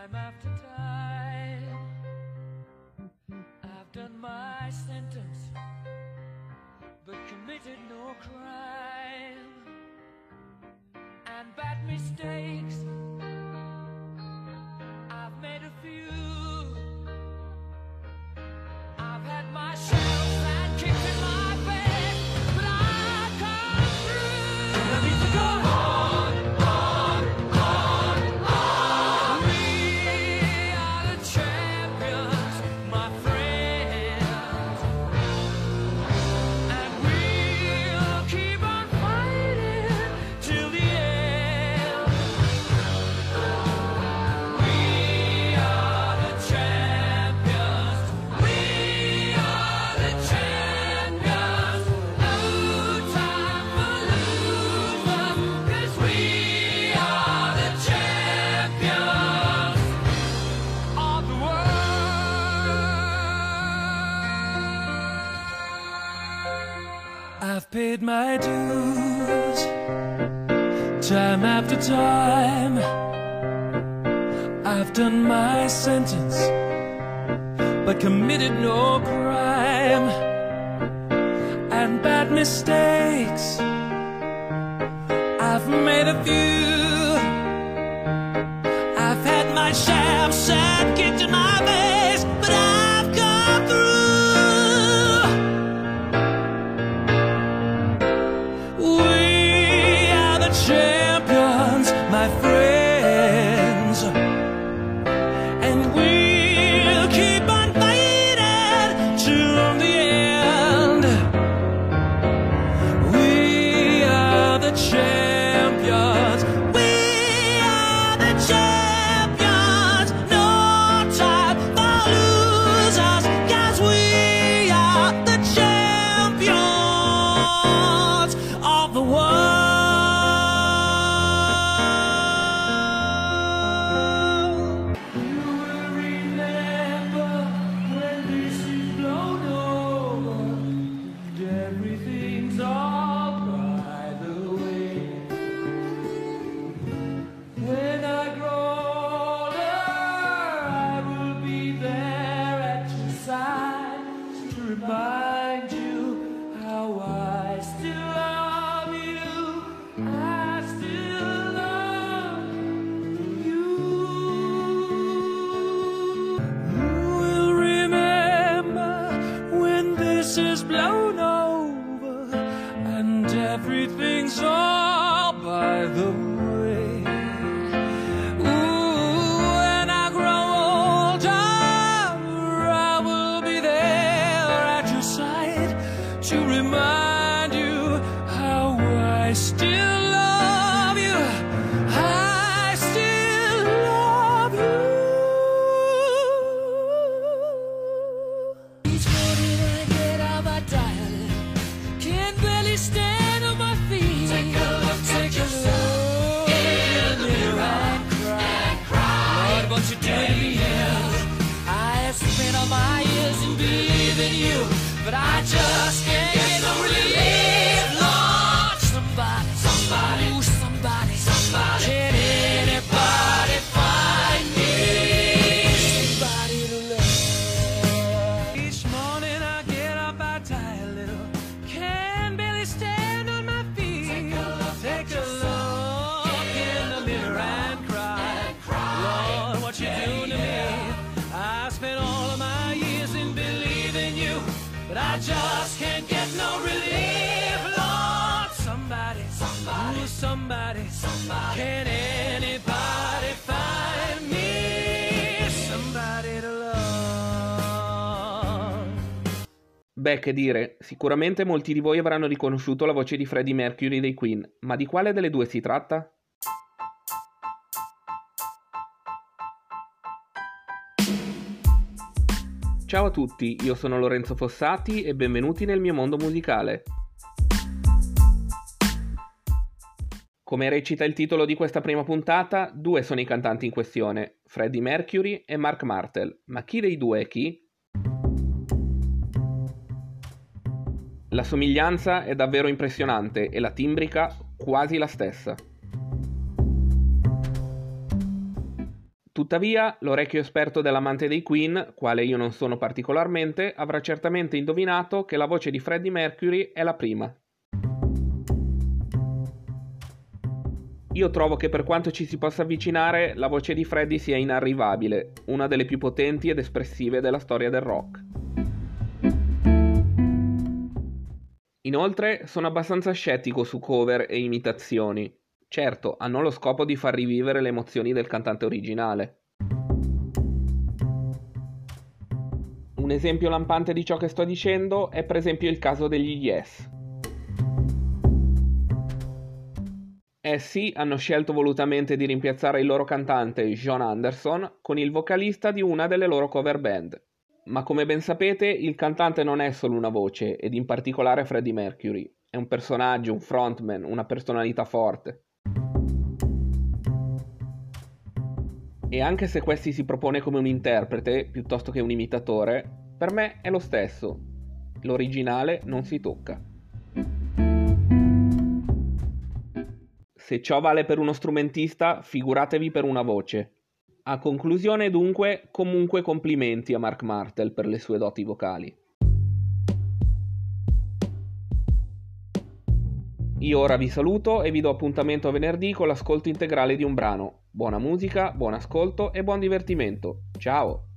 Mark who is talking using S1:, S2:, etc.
S1: Time after time, I've done my sentence, but committed no crime. And bad mistakes, I've made a few. I've had my shells and kicked in my bed, but I've come through. Let me go on, on, on, on. We are the champions, my friends, and we'll keep on fighting till the end. We are the champions. We are the champions. No time for losers, 'cause we are the champions of the world. I've paid my dues time after time. I've done my sentence, but committed no crime. And bad mistakes, I've made a few. I've had my shafts and kicked in my face, but I've come through. We are the champions, my friends, and we'll keep on fighting till the end. We are the champions. We are the champions. No time for losers, 'cause we are the champions of the world. You will remember when this is blown over and everything's all by the way. When I grow older, I will be there at your side to remind you how I still love you. I still love you. We'll remember when this is blown over and everything's all by the way. Ooh, when I grow older, I will be there at your side to remind you how I still love you. I still love you. Each morning I get out my diary, can barely stand on my feet. Take a look, take a look in the mirror and cry. Lord, what you doing to me? I have spent all my years in believing you, but I just can't get no relief. Lord, somebody, somebody, ooh, somebody, somebody. Can anybody find me somebody to love? Each morning I get up, I die a little, can barely stand on my feet. Take a look in the mirror and cry. Lord, what you doing to me? I spent all of my years in believing you, but I just can't get no relief. Lord, somebody, somebody, ooh, somebody, somebody. Can anybody find me somebody to love?
S2: Beh, che dire, sicuramente molti di voi avranno riconosciuto la voce di Freddie Mercury dei Queen, ma di quale delle due si tratta? Ciao a tutti, io sono Lorenzo Fossati e benvenuti nel mio mondo musicale. Come recita il titolo di questa prima puntata, due sono i cantanti in questione, Freddie Mercury e Mark Martel, ma chi dei due è chi? La somiglianza è davvero impressionante e la timbrica quasi la stessa. Tuttavia, l'orecchio esperto dell'amante dei Queen, quale io non sono particolarmente, avrà certamente indovinato che la voce di Freddie Mercury è la prima. Io trovo che per quanto ci si possa avvicinare, la voce di Freddie sia inarrivabile, una delle più potenti ed espressive della storia del rock. Inoltre, sono abbastanza scettico su cover e imitazioni. Certo, hanno lo scopo di far rivivere le emozioni del cantante originale. Un esempio lampante di ciò che sto dicendo è per esempio il caso degli Yes. Essi hanno scelto volutamente di rimpiazzare il loro cantante Jon Anderson con il vocalista di una delle loro cover band. Ma come ben sapete, il cantante non è solo una voce, ed in particolare Freddie Mercury. È un personaggio, un frontman, una personalità forte. E anche se questi si propone come un interprete, piuttosto che un imitatore, per me è lo stesso. L'originale non si tocca. Se ciò vale per uno strumentista, figuratevi per una voce. A conclusione, dunque, comunque complimenti a Mark Martel per le sue doti vocali. Io ora vi saluto e vi do appuntamento a venerdì con l'ascolto integrale di un brano. Buona musica, buon ascolto e buon divertimento. Ciao!